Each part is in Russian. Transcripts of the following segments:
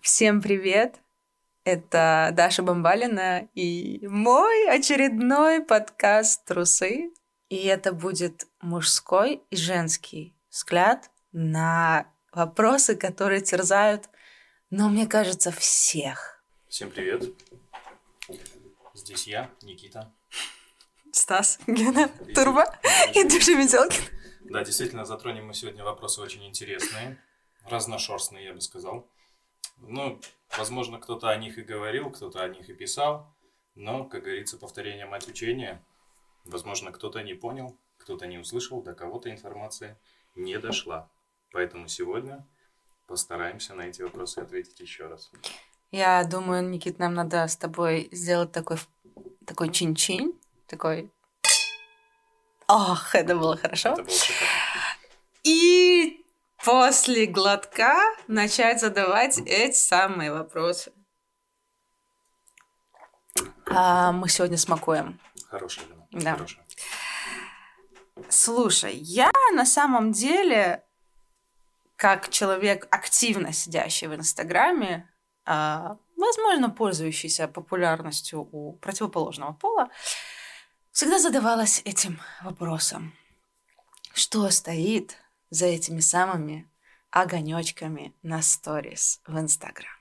Всем привет! Это Даша Бамбалина и мой очередной подкаст «Трусы». И это будет мужской и женский взгляд на вопросы, которые терзают, мне кажется, всех. Всем привет! Здесь я, Никита. Стас, Гена, Турбо и Душа Метелкин. Да, действительно, затронем мы сегодня вопросы очень интересные, разношерстные, я бы сказал. Возможно, кто-то о них и говорил, кто-то о них и писал, но, как говорится, повторение мать учения. Возможно, кто-то не понял, кто-то не услышал, до кого-то информация не дошла. Поэтому сегодня постараемся на эти вопросы ответить еще раз. Я думаю, Никит, нам надо с тобой сделать такой чин-чин, такой... Ох, это было хорошо. Это было шикарно. И после глотка начать задавать эти самые вопросы. Мы сегодня смакуем. Хорошее вино. Да. Хорошее. Слушай, я на самом деле, как человек, активно сидящий в Инстаграме, возможно, пользующийся популярностью у противоположного пола, всегда задавалась этим вопросом. Что стоит за этими самыми огонёчками на сторис в Инстаграм?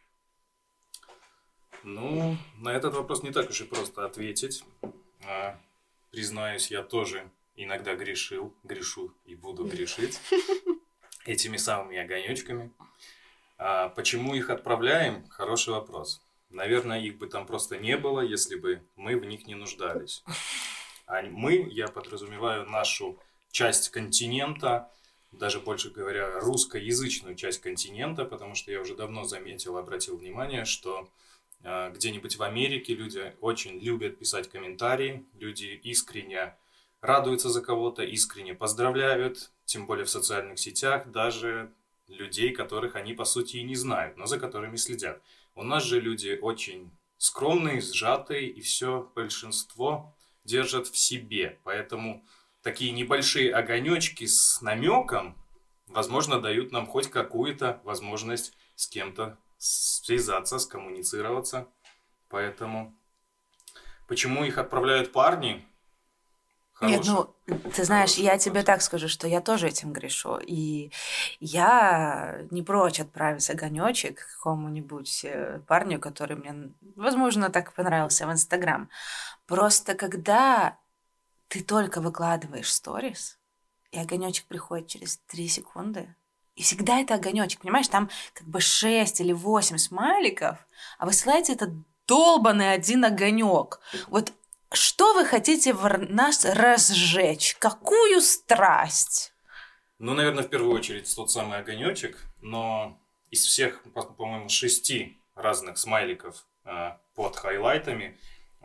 На этот вопрос не так уж и просто ответить. Признаюсь, я тоже иногда грешу и буду грешить этими самыми огонечками. Почему их отправляем? Хороший вопрос. Наверное, их бы там просто не было, если бы мы в них не нуждались. А мы, я подразумеваю нашу часть континента, даже больше говоря, русскоязычную часть континента, потому что я уже давно обратил внимание, что где-нибудь в Америке люди очень любят писать комментарии, люди искренне радуются за кого-то, искренне поздравляют, тем более в социальных сетях, даже людей, которых они по сути и не знают, но за которыми следят. У нас же люди очень скромные, сжатые, и все большинство держат в себе, поэтому такие небольшие огонечки с намеком, возможно, дают нам хоть какую-то возможность с кем-то связаться, скоммуницироваться. Поэтому почему их отправляют парни? Нет, ты знаешь, я тебе так скажу, что я тоже этим грешу. И я не прочь отправить огонечек какому-нибудь парню, который мне, возможно, так понравился в Инстаграм. Просто когда ты только выкладываешь сторис, и огонечек приходит через 3 секунды, и всегда это огонечек, понимаешь, там как бы 6 или 8 смайликов, а высылаете этот долбанный один огонек. Вот что вы хотите в нас разжечь? Какую страсть? Наверное, в первую очередь тот самый огонечек, но из всех, по-моему, 6 разных смайликов под хайлайтами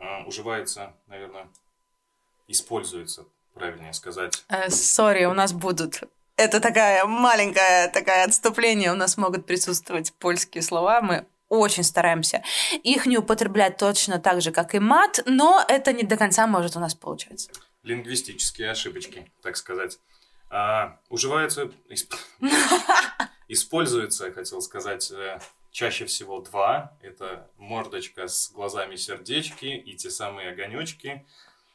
используется, правильнее сказать. Сори, у нас будут... Это такая маленькое отступление. У нас могут присутствовать польские слова. Мы очень стараемся их не употреблять точно так же, как и мат, но это не до конца может у нас получаться. Лингвистические ошибочки, так сказать. Используется, хотел сказать, чаще всего 2. Это мордочка с глазами-сердечки и те самые огонечки.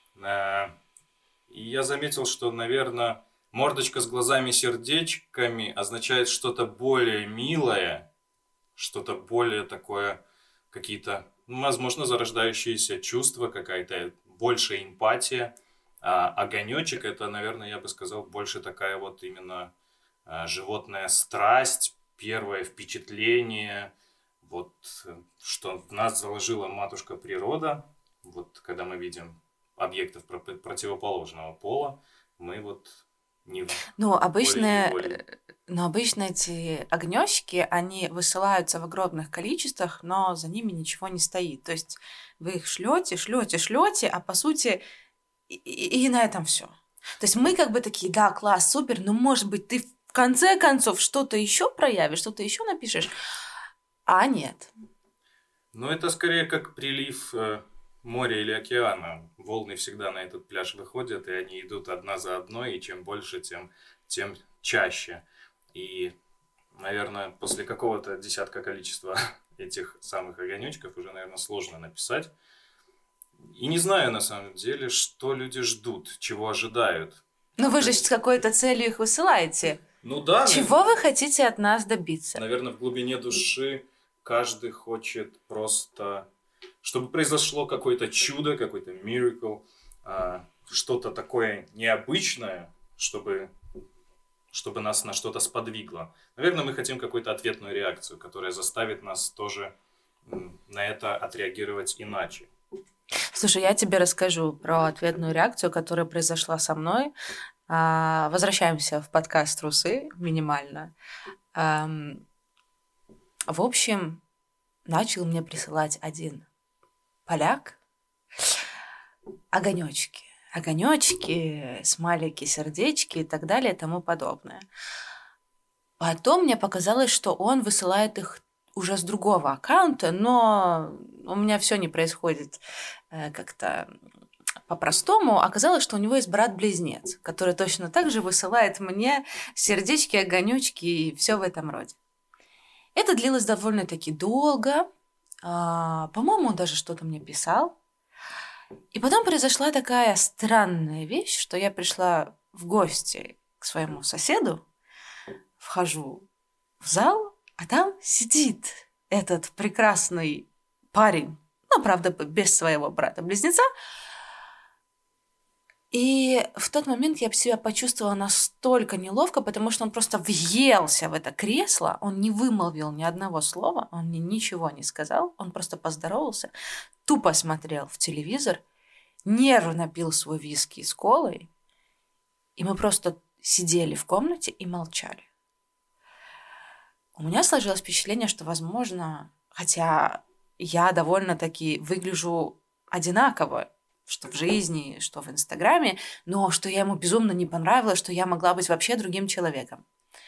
И я заметил, что, наверное, мордочка с глазами-сердечками означает что-то более милое, что-то более такое, какие-то, возможно, зарождающиеся чувства, какая-то большая эмпатия. А огонечек — это, наверное, я бы сказал, больше такая вот именно животная страсть, первое впечатление, вот что в нас заложила матушка природа. Вот когда мы видим объектов противоположного пола, мы вот не обычно эти огнёчки, они высылаются в огромных количествах, но за ними ничего не стоит. То есть вы их шлёте, а по сути и на этом все. То есть мы как бы такие, да, класс, супер, но может быть ты в конце концов что-то еще проявишь, что-то еще напишешь, а нет. Это скорее как прилив моря или океана. Волны всегда на этот пляж выходят, и они идут одна за одной, и чем больше, тем чаще. И, наверное, после какого-то десятка количества этих самых огонечков уже, наверное, сложно написать. И не знаю, на самом деле, что люди ждут, чего ожидают. Но вы же с какой-то целью их высылаете. Ну да. Чего вы хотите от нас добиться? Наверное, в глубине души каждый хочет просто, чтобы произошло какое-то чудо, какой-то miracle, что-то такое необычное, чтобы нас на что-то сподвигло. Наверное, мы хотим какую-то ответную реакцию, которая заставит нас тоже на это отреагировать иначе. Слушай, я тебе расскажу про ответную реакцию, которая произошла со мной. Возвращаемся в подкаст «Трусы» минимально. В общем, начал мне присылать один поляк огонечки. Огонечки, смайлики, сердечки и так далее и тому подобное. Потом мне показалось, что он высылает их уже с другого аккаунта, но у меня все не происходит как-то по-простому. Оказалось, что у него есть брат-близнец, который точно так же высылает мне сердечки, огонечки и все в этом роде. Это длилось довольно-таки долго. По-моему, он даже что-то мне писал. И потом произошла такая странная вещь, что я пришла в гости к своему соседу, вхожу в зал, а там сидит этот прекрасный парень, ну, правда, без своего брата-близнеца. И в тот момент я себя почувствовала настолько неловко, потому что он просто въелся в это кресло, он не вымолвил ни одного слова, он мне ничего не сказал, он просто поздоровался, тупо смотрел в телевизор, нервно пил свой виски с колой, и мы просто сидели в комнате и молчали. У меня сложилось впечатление, что, возможно, хотя я довольно-таки выгляжу одинаково, что в жизни, что в Инстаграме, но что я ему безумно не понравилась, что я могла быть вообще другим человеком.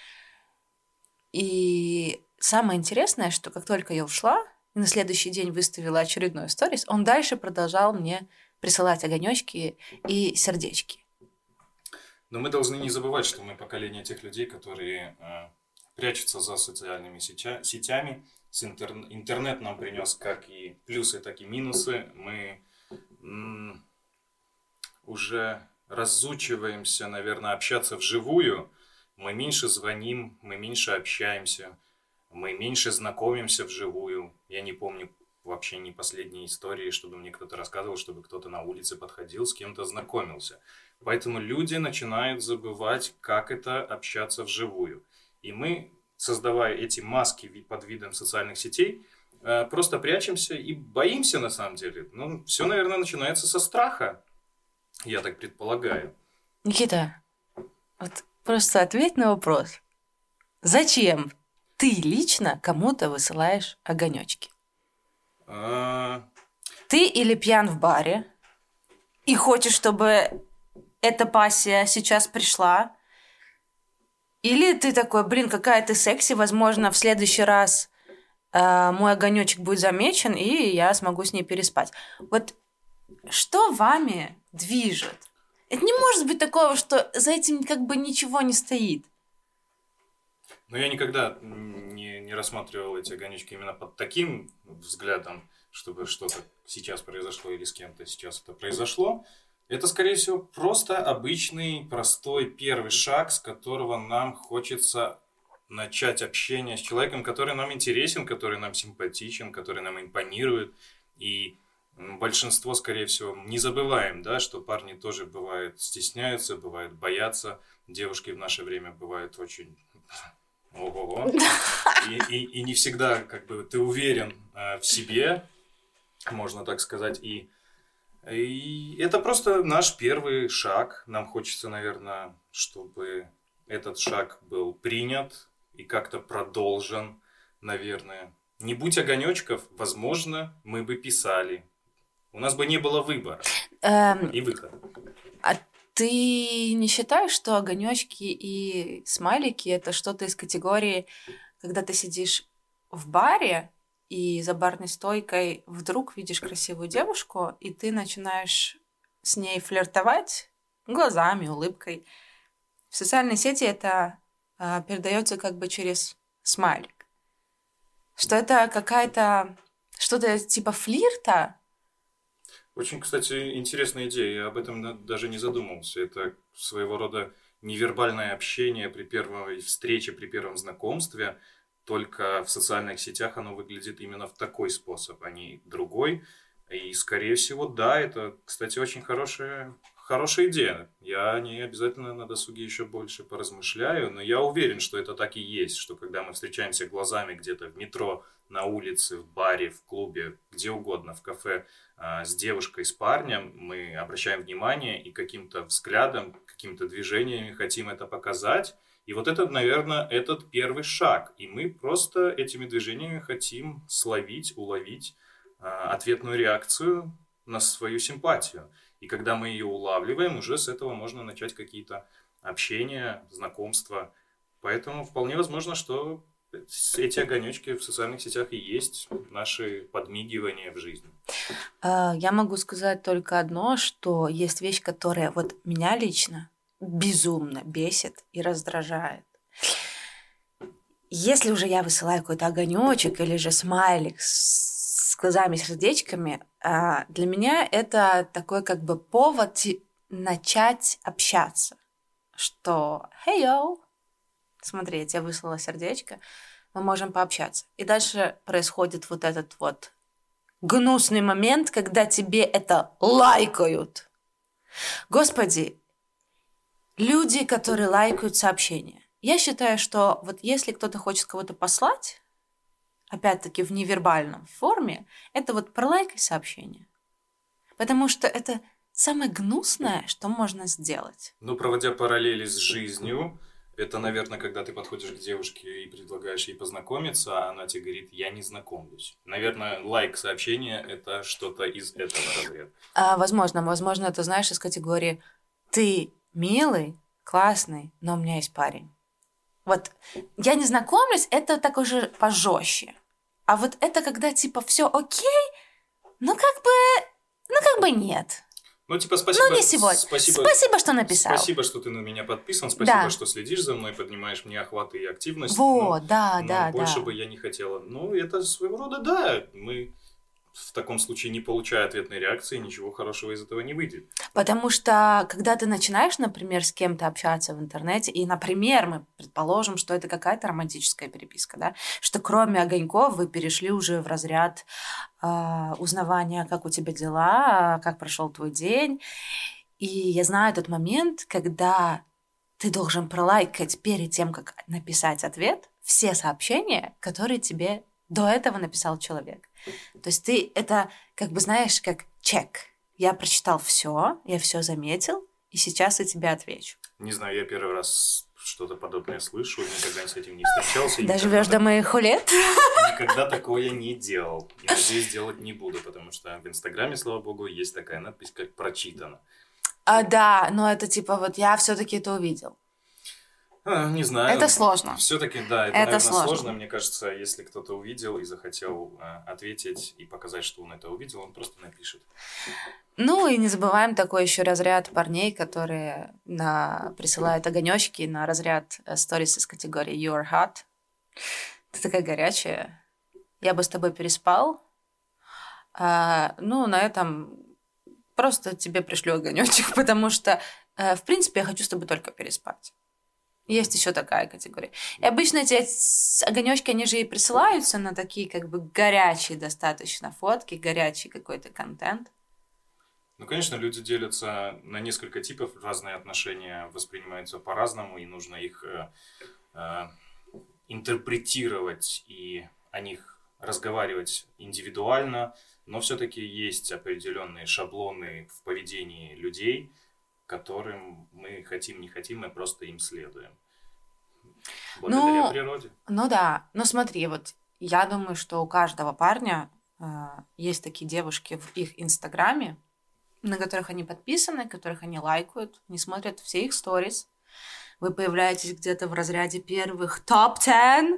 И самое интересное, что как только я ушла, и на следующий день выставила очередной сторис, он дальше продолжал мне присылать огонечки и сердечки. Но мы должны не забывать, что мы поколение тех людей, которые прячутся за социальными сетями. Интернет нам принес как и плюсы, так и минусы. Мы уже разучиваемся, наверное, общаться вживую. Мы меньше звоним, мы меньше общаемся, мы меньше знакомимся вживую. Я не помню вообще ни последней истории, чтобы мне кто-то рассказывал, чтобы кто-то на улице подходил, с кем-то знакомился. Поэтому люди начинают забывать, как это общаться вживую. И мы, создавая эти маски под видом социальных сетей, просто прячемся и боимся на самом деле. Ну, все, наверное, начинается со страха, я так предполагаю. Никита, вот просто ответь на вопрос. Зачем ты лично кому-то высылаешь огонечки? Ты или пьян в баре и хочешь, чтобы эта пассия сейчас пришла? Или ты такой, какая ты секси, возможно, в следующий раз мой огонечек будет замечен, и я смогу с ней переспать. Вот что вами движет? Это не может быть такого, что за этим как бы ничего не стоит. Но я никогда не рассматривал эти огонечки именно под таким взглядом, чтобы что-то сейчас произошло или с кем-то сейчас это произошло. Это, скорее всего, просто обычный, простой первый шаг, с которого нам хочется начать общение с человеком, который нам интересен, который нам симпатичен, который нам импонирует. И большинство, скорее всего, не забываем, да, что парни тоже бывают стесняются, бывают боятся. Девушки в наше время бывают очень... Ого-го. И не всегда как бы ты уверен в себе, можно так сказать. И это просто наш первый шаг. Нам хочется, наверное, чтобы этот шаг был принят и как-то продолжен, наверное. Не будь огонечков, возможно, мы бы писали. У нас бы не было выбора и выхода. А ты не считаешь, что огонечки и смайлики это что-то из категории, когда ты сидишь в баре и за барной стойкой вдруг видишь красивую девушку, и ты начинаешь с ней флиртовать глазами, улыбкой. В социальной сети это передается как бы через смайлик. Что это какая-то... Что-то типа флирта? Очень, кстати, интересная идея. Я об этом даже не задумывался. Это своего рода невербальное общение при первой встрече, при первом знакомстве. Только в социальных сетях оно выглядит именно в такой способ, а не другой. И, скорее всего, да, это, кстати, очень хорошая идея. Я о ней обязательно на досуге еще больше поразмышляю, но я уверен, что это так и есть, что когда мы встречаемся глазами где-то в метро, на улице, в баре, в клубе, где угодно, в кафе, с девушкой, с парнем, мы обращаем внимание и каким-то взглядом, какими-то движениями хотим это показать. И вот это, наверное, этот первый шаг. И мы просто этими движениями хотим словить, уловить ответную реакцию на свою симпатию. И когда мы ее улавливаем, уже с этого можно начать какие-то общения, знакомства. Поэтому вполне возможно, что эти огонечки в социальных сетях и есть наши подмигивания в жизни. Я могу сказать только одно, что есть вещь, которая вот меня лично безумно бесит и раздражает. Если уже я высылаю какой-то огонечек или же смайлик с глазами, сердечками, для меня это такой как бы повод начать общаться. Что «Hey, yo!» Смотри, я тебе выслала сердечко, мы можем пообщаться. И дальше происходит вот этот вот гнусный момент, когда тебе это лайкают. Господи, люди, которые лайкают сообщения. Я считаю, что вот если кто-то хочет кого-то послать, опять-таки в невербальном форме, это вот пролайкай сообщение. Потому что это самое гнусное, что можно сделать. Ну, проводя параллели с жизнью, это, наверное, когда ты подходишь к девушке и предлагаешь ей познакомиться, а она тебе говорит, я не знакомлюсь. Наверное, лайк сообщения – это что-то из этого разряда. Возможно, это, знаешь, из категории «ты милый, классный, но у меня есть парень». Вот я не знакомлюсь, это так уже пожестче. А вот это когда типа все окей, ну как бы нет. Ну, типа, спасибо. Ну, не сегодня. Спасибо, что написал. Спасибо, что ты на меня подписан. Спасибо, что следишь за мной, поднимаешь мне охваты и активность. Вот, но больше бы я не хотела. Ну, это своего рода, да. Мы в таком случае, не получая ответной реакции, ничего хорошего из этого не выйдет. Потому что, когда ты начинаешь, например, с кем-то общаться в интернете, и, например, мы предположим, что это какая-то романтическая переписка, да, что кроме огоньков вы перешли уже в разряд узнавания, как у тебя дела, как прошел твой день. И я знаю тот момент, когда ты должен пролайкать перед тем, как написать ответ, все сообщения, которые тебе до этого написал человек. То есть ты это, как бы, знаешь, как чек. Я прочитал все, я все заметил, и сейчас я тебе отвечу. Не знаю, я первый раз что-то подобное слышу, никогда с этим не встречался. Доживешь до моих лет? Никогда такое не делал. И надеюсь, делать не буду, потому что в Инстаграме, слава богу, есть такая надпись, как «прочитано». Да, но это типа вот я все-таки это увидел. Не знаю. Это сложно. Все-таки, да, это наверное, сложно. Мне кажется, если кто-то увидел и захотел ответить и показать, что он это увидел, он просто напишет. Ну и не забываем такой еще разряд парней, которые присылают огонечки на разряд сторис из категории You're hot. Ты такая горячая. Я бы с тобой переспал. На этом просто тебе пришлю огонечек, потому что, в принципе, я хочу с тобой только переспать. Есть еще такая категория. И обычно эти огонечки, они же и присылаются на такие как бы горячие достаточно фотки, горячий какой-то контент. Ну, конечно, люди делятся на несколько типов, разные отношения воспринимаются по-разному, и нужно их интерпретировать и о них разговаривать индивидуально, но все-таки есть определенные шаблоны в поведении людей, которым мы хотим, не хотим, мы просто им следуем. Благодаря природе. Ну да, но смотри, вот я думаю, что у каждого парня есть такие девушки в их инстаграме, на которых они подписаны, которых они лайкают, не смотрят все их сторис. Вы появляетесь где-то в разряде первых топ-10,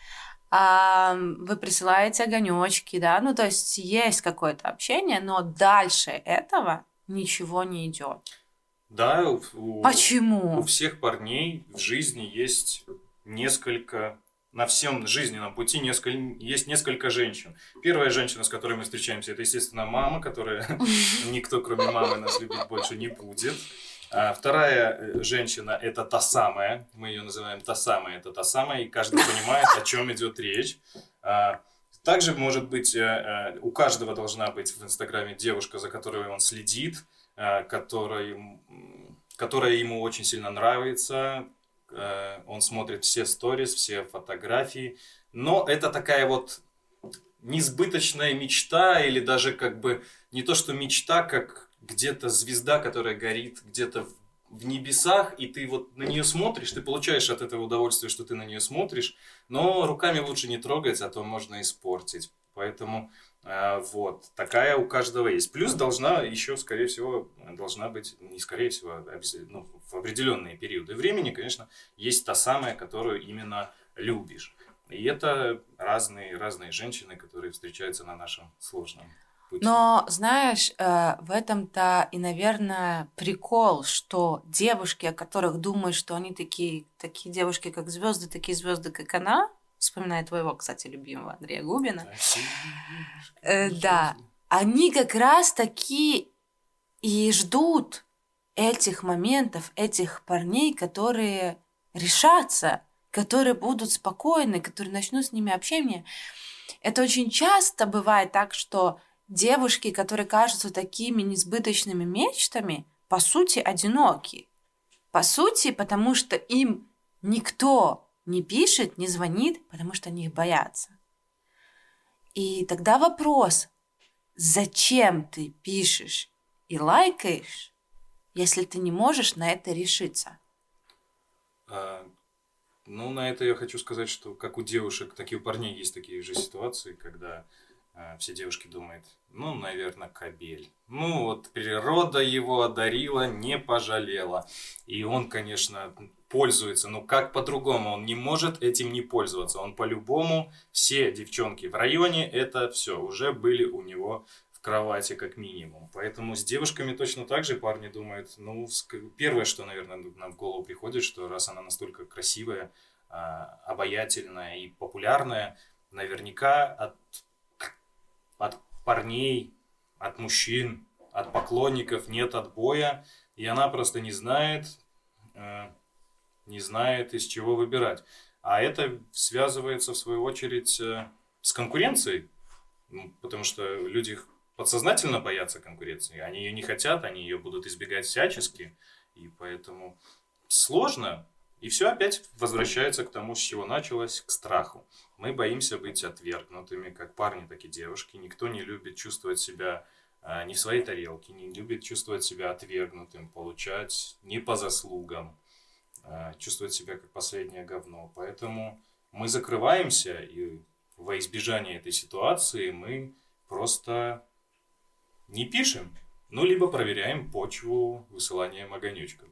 вы присылаете огонечки, да, ну то есть есть какое-то общение, но дальше этого ничего не идет. Да, почему? У всех парней в жизни есть несколько на всем жизненном пути есть несколько женщин. Первая женщина, с которой мы встречаемся, это, естественно, мама, которая никто, кроме мамы, нас любить больше не будет. Вторая женщина – это та самая, мы ее называем та самая, это та самая, и каждый понимает, о чем идет речь. Также, может быть, у каждого должна быть в Инстаграме девушка, за которой он следит, которая ему очень сильно нравится, он смотрит все сторис, все фотографии, но это такая вот несбыточная мечта, или даже как бы не то, что мечта, как где-то звезда, которая горит где-то в небесах, и ты вот на нее смотришь, ты получаешь от этого удовольствие, что ты на нее смотришь, но руками лучше не трогать, а то можно испортить. Поэтому вот, такая у каждого есть. Плюс должна еще, скорее всего, должна быть, не скорее всего, ну, в определенные периоды времени, конечно, есть та самая, которую именно любишь. И это разные женщины, которые встречаются на нашем сложном пути. Но, знаешь, в этом-то и, наверное, прикол, что девушки, о которых думают, что они такие девушки, как звезды, такие звезды, как она, вспоминая твоего, кстати, любимого Андрея Губина, да, они как раз таки и ждут этих моментов, этих парней, которые решатся, которые будут спокойны, которые начнут с ними общение. Это очень часто бывает так, что девушки, которые кажутся такими несбыточными мечтами, по сути, одиноки. По сути, потому что им никто не пишет, не звонит, потому что они их боятся. И тогда вопрос, зачем ты пишешь и лайкаешь, если ты не можешь на это решиться? Ну, на это я хочу сказать, что как у девушек, так и у парней есть такие же ситуации, когда все девушки думают, ну, наверное, кобель. Ну, вот природа его одарила, не пожалела. И он, конечно, пользуется, но как по-другому? Он не может этим не пользоваться. Он по-любому, все девчонки в районе, это все, уже были у него в кровати как минимум. Поэтому с девушками точно так же парни думают, ну, первое, что, наверное, нам в голову приходит, что раз она настолько красивая, обаятельная и популярная, наверняка от парней, от мужчин, от поклонников нет отбоя, и она просто не знает, из чего выбирать. А это связывается, в свою очередь, с конкуренцией, потому что люди подсознательно боятся конкуренции, они ее не хотят, они ее будут избегать всячески, и поэтому сложно. И все опять возвращается к тому, с чего началось, к страху. Мы боимся быть отвергнутыми, как парни, так и девушки. Никто не любит чувствовать себя не в своей тарелке, не любит чувствовать себя отвергнутым, получать не по заслугам, чувствовать себя как последнее говно. Поэтому мы закрываемся, и во избежание этой ситуации мы просто не пишем, ну, либо проверяем почву высыланием огонечков.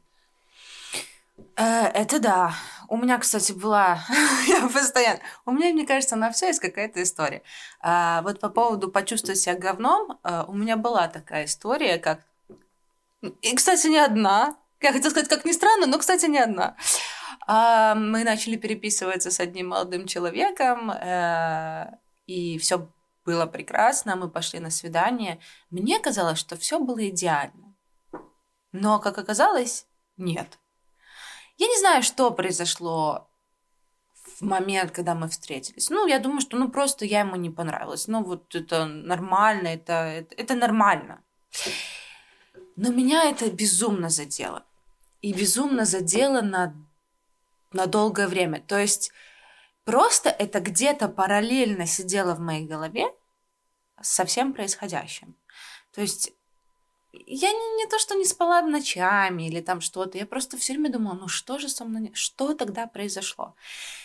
Это да. У меня, кстати, была... Я постоянно... У меня, мне кажется, на все есть какая-то история. Вот по поводу почувствовать себя говном, у меня была такая история, как... И, кстати, не одна. Я хотела сказать, как ни странно, но, кстати, не одна. Мы начали переписываться с одним молодым человеком, и все было прекрасно. Мы пошли на свидание. Мне казалось, что все было идеально. Но, как оказалось, нет. Я не знаю, что произошло в момент, когда мы встретились. Ну, я думаю, что просто я ему не понравилась. Ну, вот это нормально, это нормально. Но меня это безумно задело. И безумно задело на долгое время. То есть просто это где-то параллельно сидело в моей голове со всем происходящим. То есть я не то, что не спала ночами или там что-то, я просто все время думала, ну что же со мной, что тогда произошло?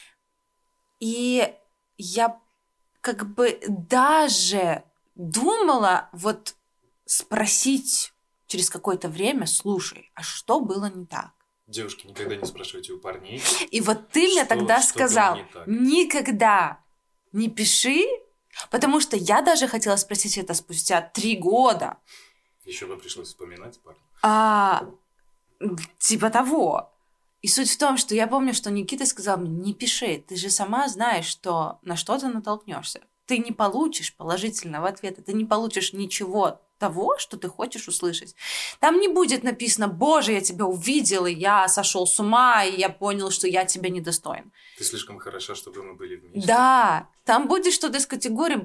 И я как бы даже думала вот спросить через какое-то время, слушай, а что было не так? Девушки, никогда не спрашивайте у парней. И вот ты мне тогда сказал, никогда не пиши, потому что я даже хотела спросить это спустя 3 года. Еще бы пришлось вспоминать парня. Типа того. И суть в том, что я помню, что Никита сказал мне, не пиши, ты же сама знаешь, что на что ты натолкнешься. Ты не получишь положительного ответа, ты не получишь ничего того, что ты хочешь услышать. Там не будет написано, боже, я тебя увидел, и я сошел с ума, и я понял, что я тебя недостоин. Ты слишком хороша, чтобы мы были вместе. Да, там будет что-то из категории,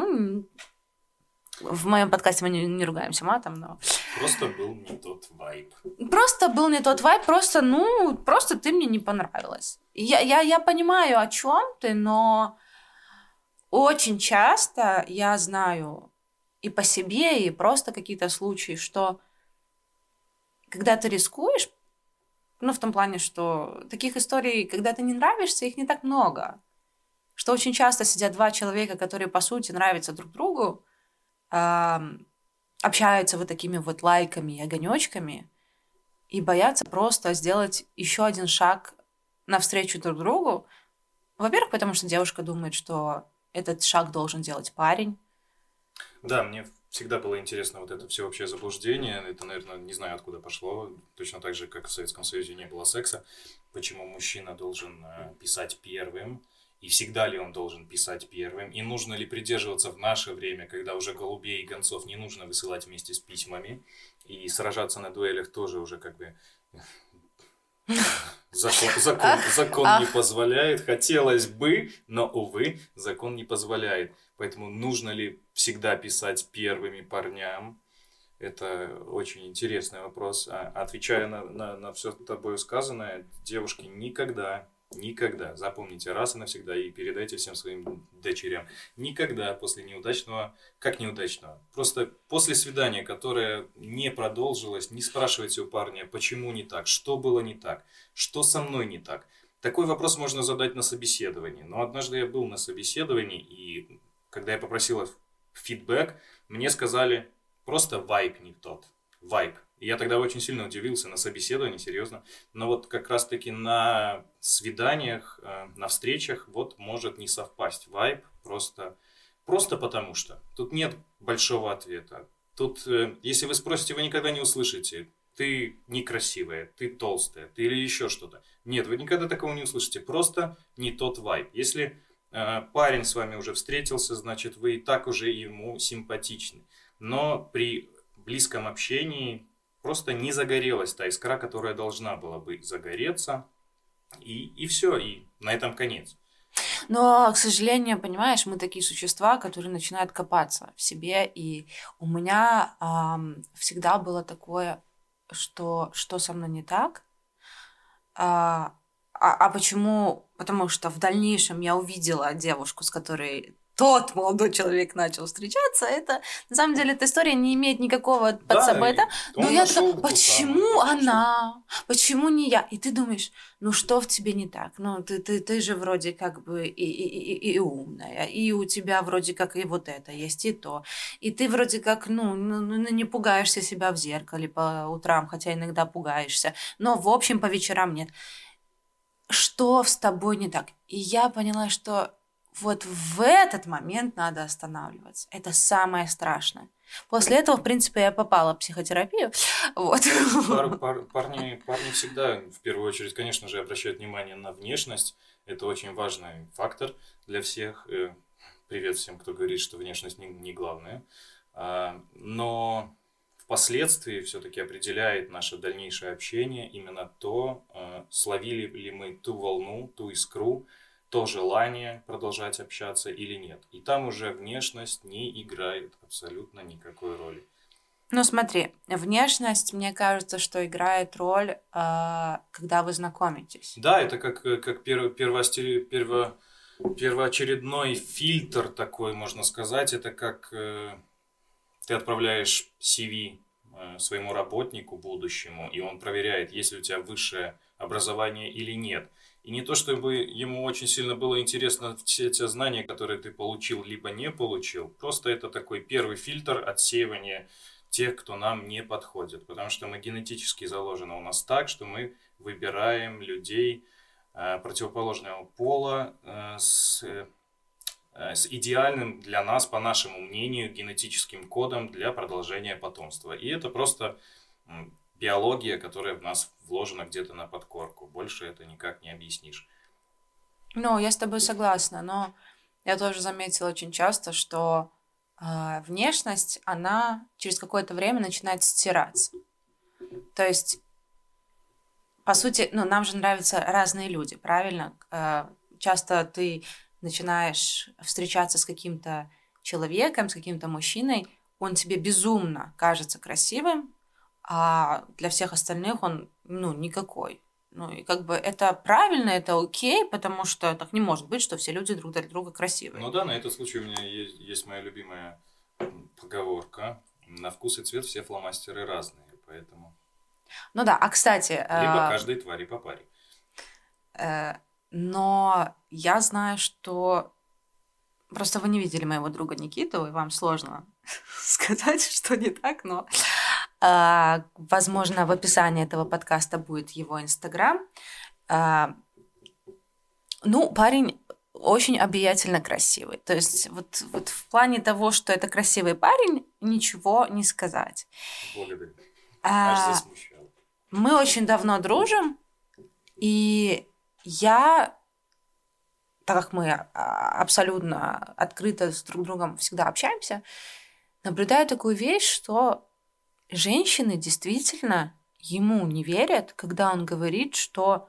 в моем подкасте мы не ругаемся матом, но... Просто был не тот вайб. Просто был не тот вайб, просто ты мне не понравилась. Я понимаю, о чем ты, но очень часто я знаю и по себе, и просто какие-то случаи, что когда ты рискуешь, в том плане, что таких историй, когда ты не нравишься, их не так много. Что очень часто сидят два человека, которые, по сути, нравятся друг другу, общаются вот такими вот лайками и огонечками и боятся просто сделать еще один шаг навстречу друг другу. Во-первых, потому что девушка думает, что этот шаг должен делать парень. Да, мне всегда было интересно вот это всеобщее заблуждение. Это, наверное, не знаю, откуда пошло. Точно так же, как в Советском Союзе не было секса. Почему мужчина должен писать первым? И всегда ли он должен писать первым? И нужно ли придерживаться в наше время, когда уже голубей и гонцов не нужно высылать вместе с письмами? И сражаться на дуэлях тоже уже как бы... Закон не позволяет. Хотелось бы, но, увы, закон не позволяет. Поэтому нужно ли всегда писать первыми парням? Это очень интересный вопрос. Отвечая на все тобой сказанное, девушки никогда, запомните раз и навсегда и передайте всем своим дочерям, никогда после неудачного, просто после свидания, которое не продолжилось, не спрашивайте у парня, почему не так, что было не так, что со мной не так. Такой вопрос можно задать на собеседовании. Но однажды я был на собеседовании, и когда я попросил фидбэк, мне сказали, просто вайб не тот. Вайб. И я тогда очень сильно удивился на собеседовании, серьезно. Но вот как раз-таки на свиданиях, на встречах, вот может не совпасть вайб, просто потому что. Тут нет большого ответа. Тут, если вы спросите, вы никогда не услышите. Ты некрасивая, ты толстая, ты или еще что-то. Нет, вы никогда такого не услышите. Просто не тот вайб. Если парень с вами уже встретился, значит, вы и так уже ему симпатичны. Но при близком общении просто не загорелась та искра, которая должна была бы загореться. И все, и на этом конец. Но, к сожалению, понимаешь, мы такие существа, которые начинают копаться в себе. И у меня всегда было такое, что со мной не так. Почему? Потому что в дальнейшем я увидела девушку, с которой тот молодой человек начал встречаться. Это, на самом деле, эта история не имеет никакого под собой. Да? Но я такая, почему она? Почему не я? И ты думаешь, что в тебе не так? Ты же вроде как бы и умная, и у тебя вроде как и вот это есть, и то. И ты вроде как, не пугаешься себя в зеркале по утрам, хотя иногда пугаешься. Но, в общем, по вечерам нет. Что с тобой не так? И я поняла, что вот в этот момент надо останавливаться. Это самое страшное. После этого, в принципе, я попала в психотерапию. Вот. Парни всегда, в первую очередь, конечно же, обращают внимание на внешность. Это очень важный фактор для всех. Привет всем, кто говорит, что внешность не главное. Но впоследствии все-таки определяет наше дальнейшее общение именно то, словили ли мы ту волну, ту искру, то желание продолжать общаться или нет. И там уже внешность не играет абсолютно никакой роли. Смотри, внешность, мне кажется, что играет роль, когда вы знакомитесь. Да, это как первоочередной фильтр такой, можно сказать. Это как ты отправляешь CV своему работнику будущему, и он проверяет, есть ли у тебя высшее образование или нет. И не то, чтобы ему очень сильно было интересно все те знания, которые ты получил, либо не получил. Просто это такой первый фильтр отсеивания тех, кто нам не подходит. Потому что мы генетически заложены у нас так, что мы выбираем людей противоположного пола с идеальным для нас, по нашему мнению, генетическим кодом для продолжения потомства. И это просто биология, которая в нас вложена где-то на подкорку. Больше это никак не объяснишь. Ну, я с тобой согласна, но я тоже заметила очень часто, что внешность, она через какое-то время начинает стираться. То есть, по сути, ну, нам же нравятся разные люди, правильно? Часто ты начинаешь встречаться с каким-то человеком, с каким-то мужчиной, он тебе безумно кажется красивым, а для всех остальных он, ну, никакой. Ну, и как бы это правильно, это окей, потому что так не может быть, что все люди друг для друга красивые. Ну да, на этот случай у меня есть моя любимая поговорка. На вкус и цвет все фломастеры разные, поэтому... Ну да, а кстати... Либо каждой твари по паре. Но я знаю, что... Просто вы не видели моего друга Никиту, и вам сложно сказать, что не так, но... Возможно, в описании этого подкаста будет его Инстаграм. Ну, парень очень обаятельно красивый. То есть вот в плане того, что это красивый парень, ничего не сказать. Благодарю. Аж засмущал. Мы очень давно дружим, и я, так как мы абсолютно открыто с друг другом всегда общаемся, наблюдаю такую вещь, что женщины действительно ему не верят, когда он говорит, что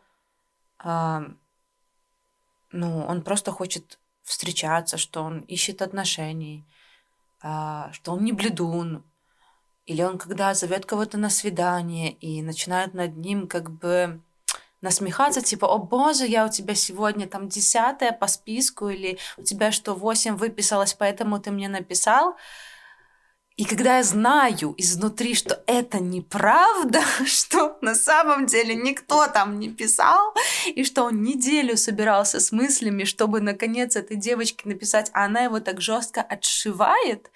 ну, он просто хочет встречаться, что он ищет отношений, что он не блядун. Или он когда зовет кого-то на свидание и начинает над ним как бы насмехаться, типа, о боже, я у тебя сегодня там 10-я по списку, или у тебя что, 8 выписалось, поэтому ты мне написал. И когда я знаю изнутри, что это неправда, что на самом деле никто там не писал, и что он неделю собирался с мыслями, чтобы наконец этой девочке написать, а она его так жестко отшивает.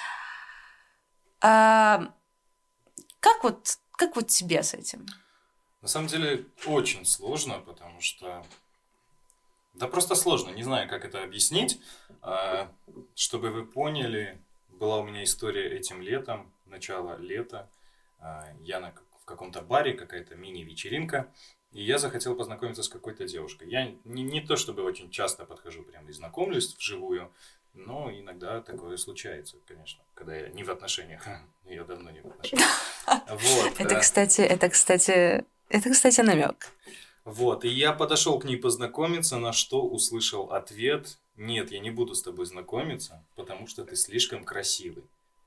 Как вот тебе с этим? На самом деле очень сложно, потому что... Да просто сложно, не знаю, как это объяснить. Чтобы вы поняли... Была у меня история этим летом, начало лета. Я в каком-то баре, какая-то мини-вечеринка. И я захотел познакомиться с какой-то девушкой. Я не то чтобы очень часто подхожу прям и знакомлюсь вживую, но иногда такое случается, конечно, когда я не в отношениях. Я давно не в отношениях. Вот. Это, кстати, намек. Вот. И я подошел к ней познакомиться, на что услышал ответ: нет, я не буду с тобой знакомиться, потому что ты слишком красивый.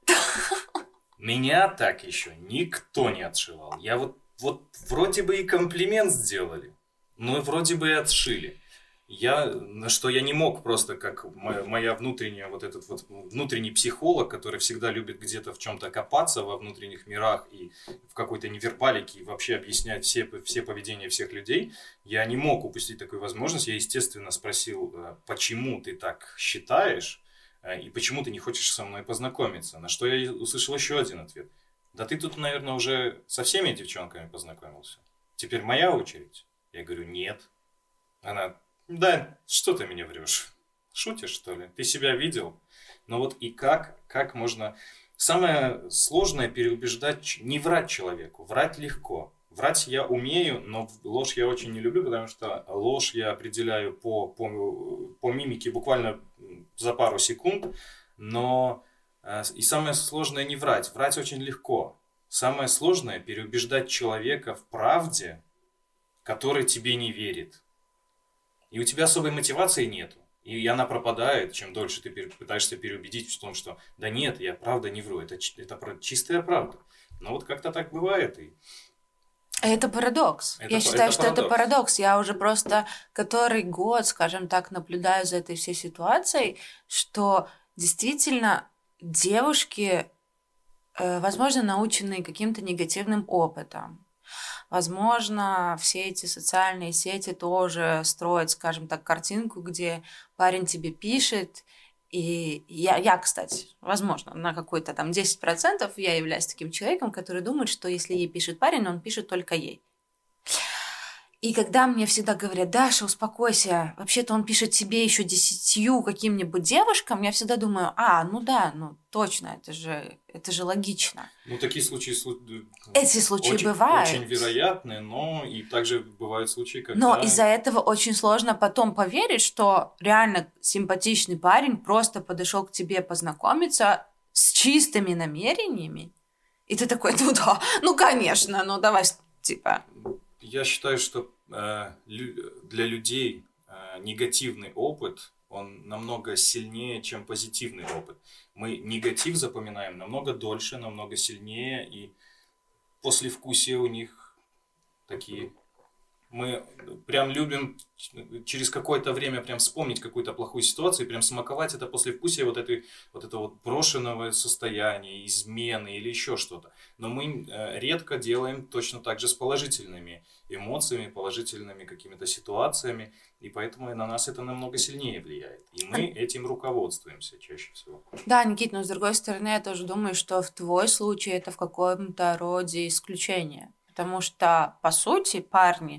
Меня так еще никто не отшивал. Я вот вроде бы и комплимент сделали, но вроде бы и отшили. На что я не мог просто, как моя внутренняя, вот этот вот внутренний психолог, который всегда любит где-то в чем-то копаться во внутренних мирах и в какой-то невербалике и вообще объяснять все поведения всех людей, я не мог упустить такую возможность. Я, естественно, спросил, почему ты так считаешь и почему ты не хочешь со мной познакомиться. На что я услышал еще один ответ: да ты тут, наверное, уже со всеми девчонками познакомился. Теперь моя очередь. Я говорю: нет. Она: да, что ты мне врешь? Шутишь, что ли? Ты себя видел? Но вот и как можно... Самое сложное — переубеждать, не врать человеку. Врать легко. Врать я умею, но ложь я очень не люблю, потому что ложь я определяю по мимике буквально за пару секунд. Но и самое сложное — не врать. Врать очень легко. Самое сложное — переубеждать человека в правде, который тебе не верит. И у тебя особой мотивации нету. И она пропадает, чем дольше ты пытаешься переубедить в том, что да нет, я правда не вру, это чистая правда. Но вот как-то так бывает. Это парадокс. Я считаю, что это парадокс. Я уже просто который год, скажем так, наблюдаю за этой всей ситуацией, что действительно девушки, возможно, наученные каким-то негативным опытом, возможно, все эти социальные сети тоже строят, скажем так, картинку, где парень тебе пишет, и я, кстати, возможно, на какой-то там 10% я являюсь таким человеком, который думает, что если ей пишет парень, он пишет только ей. И когда мне всегда говорят: Даша, успокойся, вообще-то он пишет тебе еще 10 каким-нибудь девушкам, я всегда думаю: ну да, ну точно, это же логично. Ну, такие случаи Эти случаи очень бывают. вероятны, но и также бывают случаи, когда... Но из-за этого очень сложно потом поверить, что реально симпатичный парень просто подошел к тебе познакомиться с чистыми намерениями. И ты такой: ну да, ну конечно, ну давай, типа... Я считаю, что для людей негативный опыт, он намного сильнее, чем позитивный опыт. Мы негатив запоминаем намного дольше, намного сильнее, и послевкусия у них такие... Мы прям любим через какое-то время прям вспомнить какую-то плохую ситуацию и прям смаковать это послевкусие вот этого брошенного состояния, измены или еще что-то. Но мы редко делаем точно так же с положительными эмоциями, положительными какими-то ситуациями, и поэтому на нас это намного сильнее влияет. И мы этим руководствуемся чаще всего. Да, Никит, но с другой стороны, я тоже думаю, что в твой случай это в каком-то роде исключение. Потому что, по сути, парни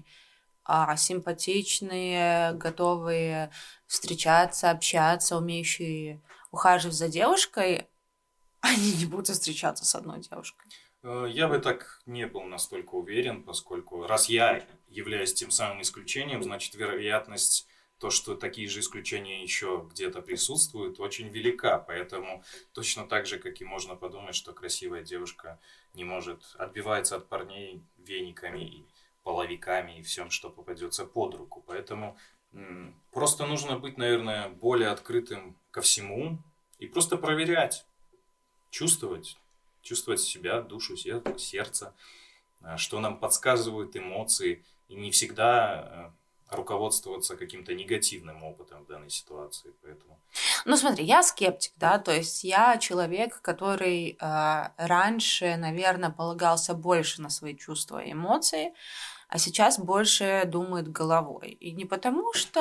симпатичные, готовые встречаться, общаться, умеющие ухаживать за девушкой, они не будут встречаться с одной девушкой. Я бы так не был настолько уверен, поскольку раз я являюсь тем самым исключением, значит вероятность то, что такие же исключения еще где-то присутствуют, очень велика. Поэтому точно так же, как и можно подумать, что красивая девушка не может отбиваться от парней вениками и половиками и всем, что попадется под руку. Поэтому просто нужно быть, наверное, более открытым ко всему и просто проверять, чувствовать себя, душу, сердце, что нам подсказывают эмоции, и не всегда руководствоваться каким-то негативным опытом в данной ситуации. Поэтому... Ну смотри, я скептик, да, то есть я человек, который раньше, наверное, полагался больше на свои чувства и эмоции, а сейчас больше думает головой. И не потому что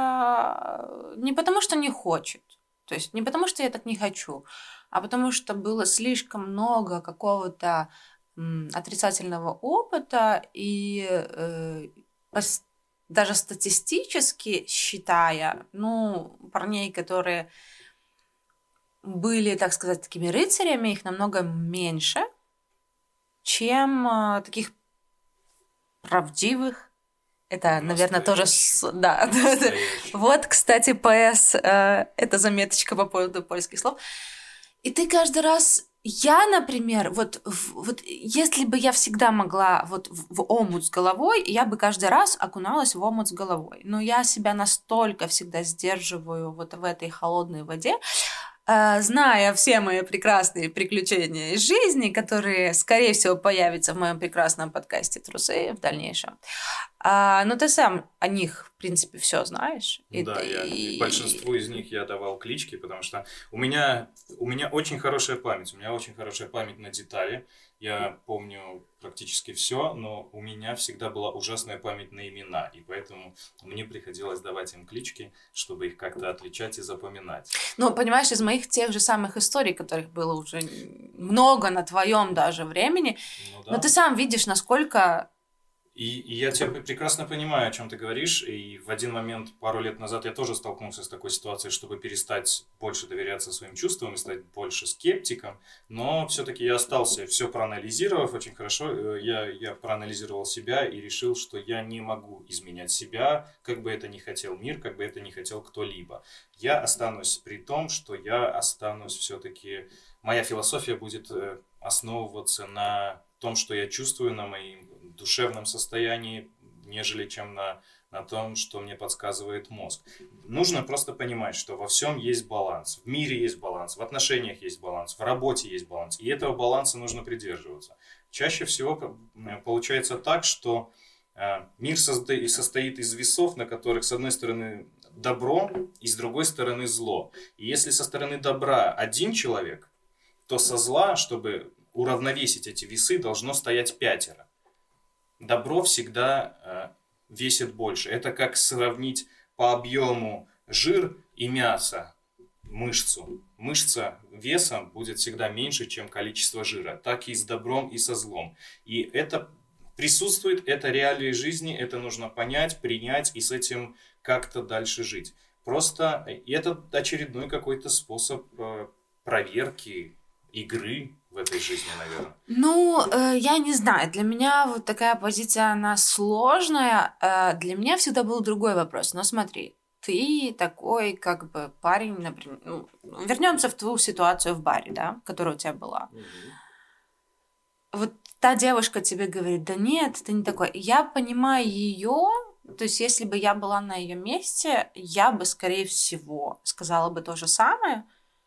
не хочет, то есть не потому что я так не хочу, а потому что было слишком много какого-то отрицательного опыта, и даже статистически считая, парней, которые были, так сказать, такими рыцарями, их намного меньше, чем таких правдивых. Это, наверное, тоже... Да. Вот, кстати, ПС, это заметочка по поводу польских слов. И ты каждый раз... Я, например, вот если бы я всегда могла в омут с головой, я бы каждый раз окуналась в омут с головой. Но я себя настолько всегда сдерживаю вот в этой холодной воде, зная все мои прекрасные приключения из жизни, которые, скорее всего, появятся в моем прекрасном подкасте «Трусы» в дальнейшем. Но ты сам о них, в принципе, все знаешь. Да, большинству из них я давал клички, потому что у меня очень хорошая память. У меня очень хорошая память на детали. Я помню практически все, но у меня всегда была ужасная память на имена, и поэтому мне приходилось давать им клички, чтобы их как-то отличать и запоминать. Ну, понимаешь, из моих тех же самых историй, которых было уже много на твоем даже времени, но ты сам видишь, насколько... И я тебя прекрасно понимаю, о чем ты говоришь, и в один момент, пару лет назад, я тоже столкнулся с такой ситуацией, чтобы перестать больше доверяться своим чувствам и стать больше скептиком, но все-таки я остался, все проанализировав очень хорошо, я проанализировал себя и решил, что я не могу изменять себя, как бы это ни хотел мир, как бы это ни хотел кто-либо. Я останусь при том, что я останусь все-таки, моя философия будет основываться на том, что я чувствую, на моем душевном состоянии, нежели чем на том, что мне подсказывает мозг. Нужно просто понимать, что во всем есть баланс. В мире есть баланс, в отношениях есть баланс, в работе есть баланс. И этого баланса нужно придерживаться. Чаще всего получается так, что мир состоит из весов, на которых с одной стороны добро и с другой стороны зло. И если со стороны добра один человек, то со зла, чтобы уравновесить эти весы, должно стоять 5. Добро всегда весит больше. Это как сравнить по объему жир и мясо, мышцу. Мышца весом будет всегда меньше, чем количество жира. Так и с добром и со злом. И это присутствует, это реалии жизни, это нужно понять, принять и с этим как-то дальше жить. Просто это очередной какой-то способ проверки, игры в этой жизни, наверное. Ну, я не знаю, для меня вот такая позиция, она сложная. Для меня всегда был другой вопрос. Но смотри, ты такой как бы парень, например, ну, вернемся в твою ситуацию в баре, да, которая у тебя была. Вот та девушка тебе говорит, да нет, ты не такой. Я понимаю ее, то есть если бы я была на ее месте, я бы, скорее всего, сказала бы то же самое,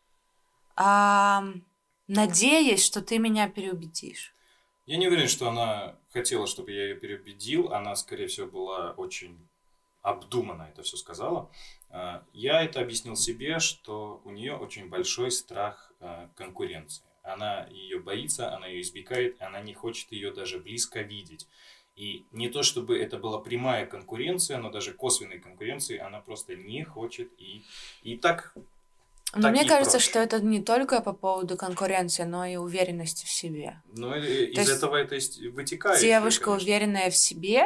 надеясь, что ты меня переубедишь. Я не уверен, что она хотела, чтобы я ее переубедил. Она, скорее всего, была очень обдуманно это все сказала. Я это объяснил себе, что у нее очень большой страх конкуренции. Она ее боится, она ее избегает, она не хочет ее даже близко видеть. И не то, чтобы это была прямая конкуренция, но даже косвенной конкуренции она просто не хочет. И так... Но мне кажется, что это не только по поводу конкуренции, но и уверенности в себе. Ну, из этого это вытекает. Девушка, уверенная в себе,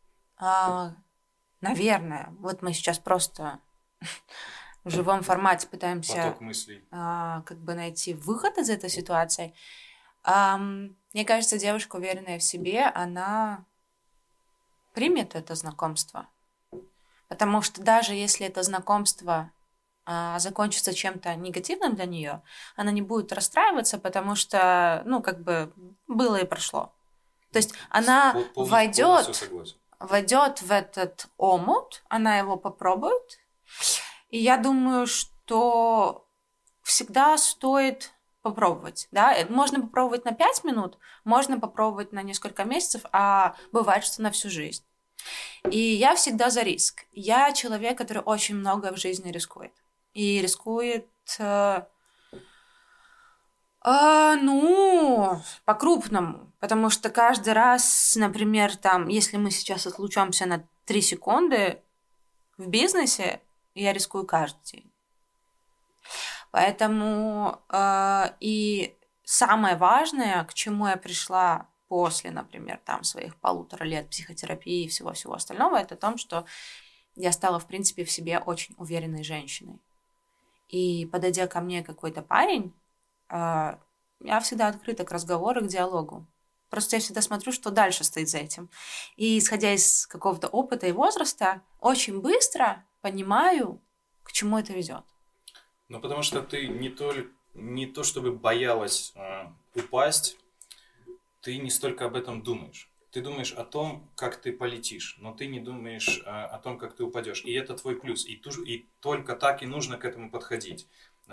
наверное, вот мы сейчас просто в живом формате пытаемся как бы найти выход из этой ситуации. Мне кажется, девушка, уверенная в себе, она примет это знакомство. Потому что даже если это знакомство закончится чем-то негативным для нее, она не будет расстраиваться, потому что, ну, как бы было и прошло. То есть она войдет в этот омут, она его попробует, и я думаю, что всегда стоит попробовать, да, можно попробовать на 5 минут, можно попробовать на несколько месяцев, а бывает, что на всю жизнь. И я всегда за риск. Я человек, который очень много в жизни рискует. И рискует, ну, по-крупному. Потому что каждый раз, например, там, если мы сейчас отлучаемся на 3 секунды в бизнесе, я рискую каждый день. Поэтому и самое важное, к чему я пришла после, например, там, своих 1,5 лет психотерапии и всего-всего остального, это то, что я стала, в принципе, в себе очень уверенной женщиной. И подойдя ко мне какой-то парень, я всегда открыта к разговору, к диалогу. Просто я всегда смотрю, что дальше стоит за этим. И исходя из какого-то опыта и возраста, очень быстро понимаю, к чему это ведет. Ну, потому что ты не то чтобы боялась упасть, ты не столько об этом думаешь. Ты думаешь о том, как ты полетишь, но ты не думаешь о том, как ты упадешь. И это твой плюс. И только так и нужно к этому подходить.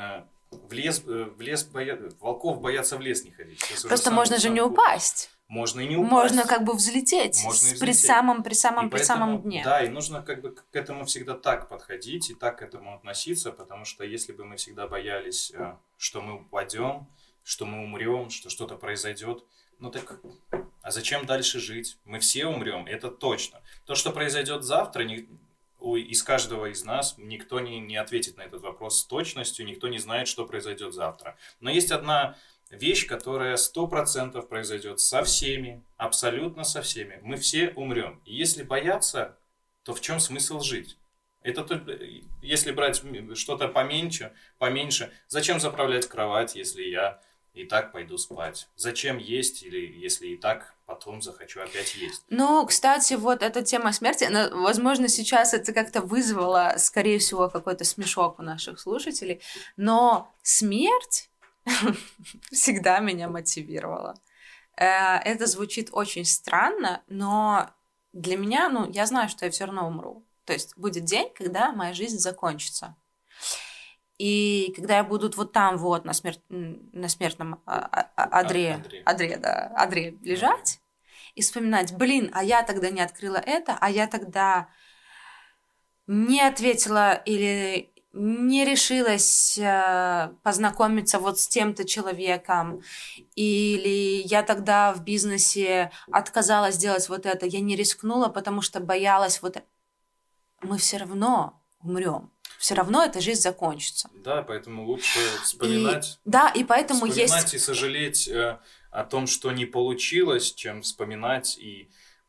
Волков боятся в лес не ходить. Просто можно же не упасть. Можно и не упасть. Можно как бы взлететь при самом дне. Да, и нужно как бы к этому всегда так подходить и так к этому относиться, потому что если бы мы всегда боялись, что мы упадем, что мы умрем, что что-то произойдет, ну так, а зачем дальше жить? Мы все умрем, это точно. То, что произойдет завтра, из каждого из нас никто не ответит на этот вопрос с точностью, никто не знает, что произойдет завтра. Но есть одна вещь, которая 100% произойдет со всеми, абсолютно со всеми. Мы все умрем. И если бояться, то в чем смысл жить? Это если брать что-то поменьше, зачем заправлять кровать, если я и так пойду спать? Зачем есть, или если и так потом захочу опять есть? Ну, кстати, вот эта тема смерти, возможно, сейчас это как-то вызвало, скорее всего, какой-то смешок у наших слушателей, но смерть всегда меня мотивировала. Это звучит очень странно, но для меня, я знаю, что я все равно умру. То есть будет день, когда моя жизнь закончится. И когда я буду вот там вот на смертном одре лежать и вспоминать, а я тогда не открыла это, а я тогда не ответила или не решилась познакомиться вот с тем-то человеком, или я тогда в бизнесе отказалась делать вот это, я не рискнула, потому что боялась вот это. Мы все равно умрем. Все равно эта жизнь закончится. Да, поэтому лучше вспоминать. И поэтому вспоминать и сожалеть о том, что не получилось, чем вспоминать и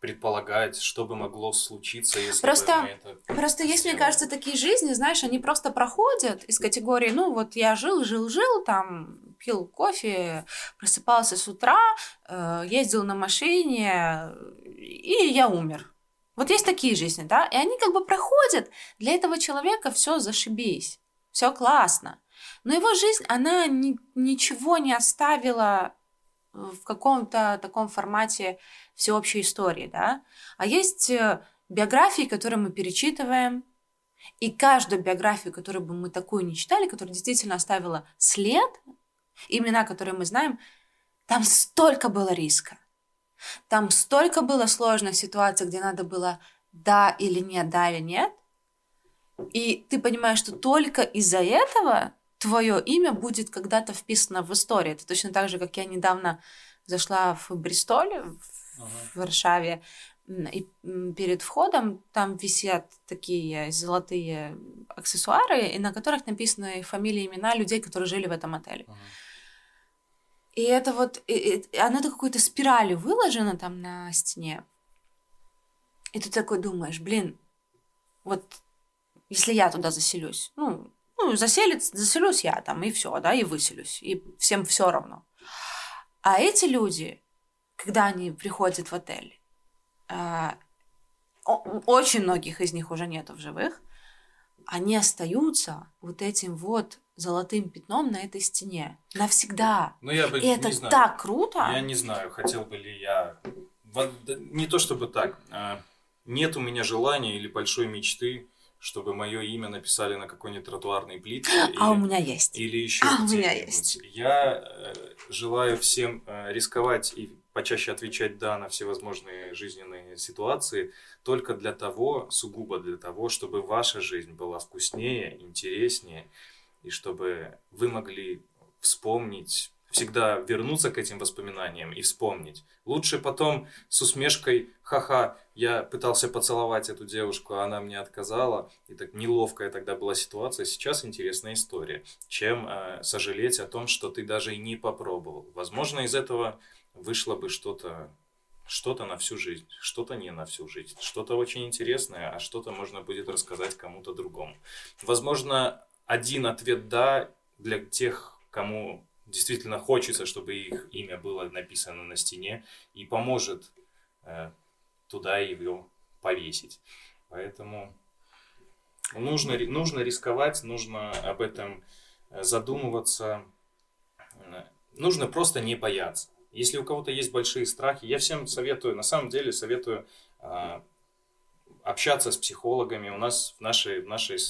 предполагать, что бы могло случиться, если просто, бы мы это Просто есть, мне кажется, такие жизни, знаешь, они просто проходят из категории, ну вот я жил, там пил кофе, просыпался с утра, ездил на машине, и я умер. Вот есть такие жизни, да, и они как бы проходят. Для этого человека все зашибись, все классно. Но его жизнь, она ничего не оставила в каком-то таком формате всеобщей истории, да. А есть биографии, которые мы перечитываем, и каждую биографию, которую бы мы такую не читали, которая действительно оставила след, имена, которые мы знаем, там столько было риска. Там столько было сложных ситуаций, где надо было да или нет. И ты понимаешь, что только из-за этого твое имя будет когда-то вписано в историю. Это точно так же, как я недавно зашла в Бристоль, в Варшаве, и перед входом там висят такие золотые аксессуары, и на которых написаны фамилии, имена людей, которые жили в этом отеле. И это вот, оно какой-то спиралью выложено там на стене. И ты такой думаешь, блин, вот если я туда заселюсь, заселюсь я там, и все, да, и выселюсь, и всем все равно. А эти люди, когда они приходят в отель, очень многих из них уже нету в живых, они остаются вот этим вот золотым пятном на этой стене навсегда. Ну, я бы и это не знаю. Так круто. Я не знаю, хотел бы ли я... Не то чтобы так. Нет у меня желания или большой мечты, чтобы мое имя написали на какой-нибудь тротуарной плитке. У меня есть. Или еще у меня есть. Я желаю всем рисковать и почаще отвечать «да» на всевозможные жизненные ситуации только для того, сугубо для того, чтобы ваша жизнь была вкуснее, интереснее, и чтобы вы могли вспомнить, всегда вернуться к этим воспоминаниям и вспомнить. Лучше потом с усмешкой «ха-ха, я пытался поцеловать эту девушку, а она мне отказала», и так неловкая тогда была ситуация, сейчас интересная история, чем сожалеть о том, что ты даже и не попробовал. Возможно, из этого вышло бы что-то на всю жизнь, что-то не на всю жизнь, что-то очень интересное, а что-то можно будет рассказать кому-то другому. Возможно, один ответ «да» для тех, кому действительно хочется, чтобы их имя было написано на стене, и поможет туда его повесить. Поэтому нужно рисковать, нужно об этом задумываться, нужно просто не бояться. Если у кого-то есть большие страхи, я всем советую, на самом деле советую общаться с психологами. У нас в нашей,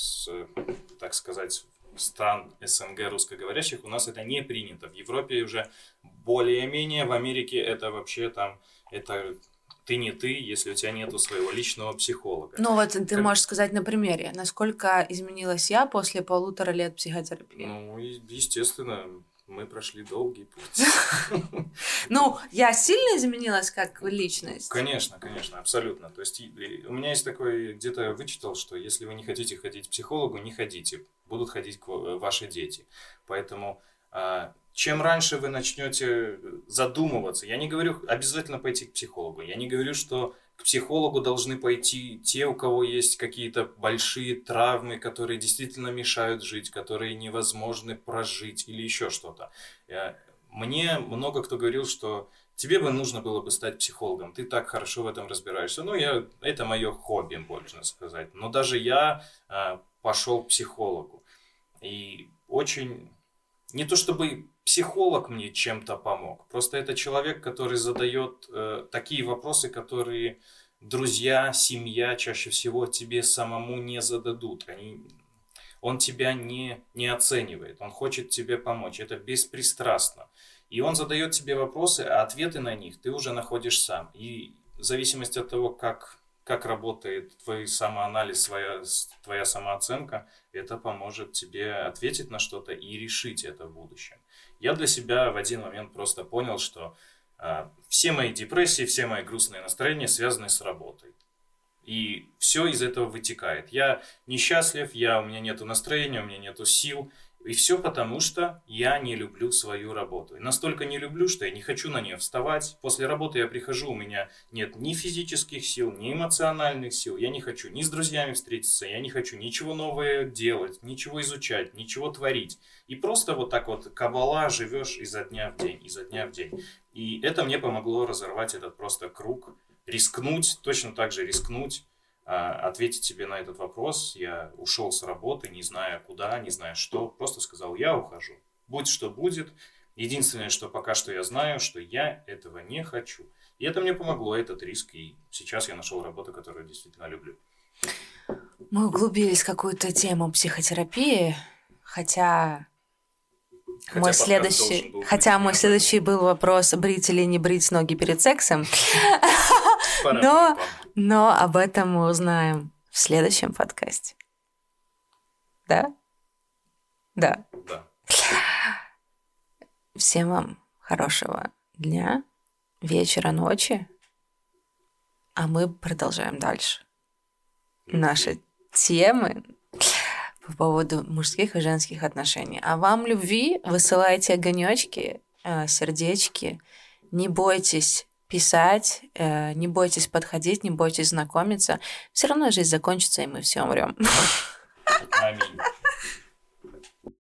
так сказать, стран СНГ русскоговорящих у нас это не принято. В Европе уже более-менее, в Америке это вообще там, это ты не ты, если у тебя нету своего личного психолога. Ну вот ты можешь сказать на примере, насколько изменилась я после 1,5 лет психотерапии. Ну, естественно, мы прошли долгий путь. Ну, я сильно изменилась как личность? Конечно, абсолютно. То есть у меня есть такой, где-то я вычитал, что если вы не хотите ходить к психологу, не ходите. Будут ходить ваши дети. Поэтому чем раньше вы начнете задумываться, я не говорю обязательно пойти к психологу, я не говорю, что к психологу должны пойти те, у кого есть какие-то большие травмы, которые действительно мешают жить, которые невозможно прожить или еще что-то. Мне много кто говорил, что тебе бы нужно было бы стать психологом, ты так хорошо в этом разбираешься. Ну, это мое хобби, можно сказать. Но даже я пошел к психологу. И очень... Не то чтобы психолог мне чем-то помог, просто это человек, который задает такие вопросы, которые друзья, семья чаще всего тебе самому не зададут. Он тебя не оценивает, он хочет тебе помочь, это беспристрастно. И он задает тебе вопросы, а ответы на них ты уже находишь сам. И в зависимости от того, как работает твой самоанализ, твоя самооценка, это поможет тебе ответить на что-то и решить это в будущем. Я для себя в один момент просто понял, что все мои депрессии, все мои грустные настроения связаны с работой. И все из этого вытекает. Я несчастлив, у меня нету настроения, у меня нету сил. И все потому, что я не люблю свою работу. И настолько не люблю, что я не хочу на нее вставать. После работы я прихожу, у меня нет ни физических сил, ни эмоциональных сил. Я не хочу ни с друзьями встретиться, я не хочу ничего новое делать, ничего изучать, ничего творить. И просто вот так вот кабала живешь изо дня в день, изо дня в день. И это мне помогло разорвать этот просто круг, рискнуть, точно так же рискнуть, ответить себе на этот вопрос. Я ушел с работы, не зная куда, не зная что, просто сказал, я ухожу. Будь что будет. Единственное, что пока что я знаю, что я этого не хочу. И это мне помогло, этот риск. И сейчас я нашел работу, которую действительно люблю. Мы углубились в какую-то тему психотерапии, хотя мой следующий был вопрос, брить или не брить ноги перед сексом. Но об этом мы узнаем в следующем подкасте. Да? Да. Всем вам хорошего дня, вечера, ночи. А мы продолжаем дальше. Наши темы по поводу мужских и женских отношений. А вам любви, высылайте огонечки, сердечки. Не бойтесь писать, не бойтесь подходить, не бойтесь знакомиться. Все равно жизнь закончится, и мы все умрем. Аминь.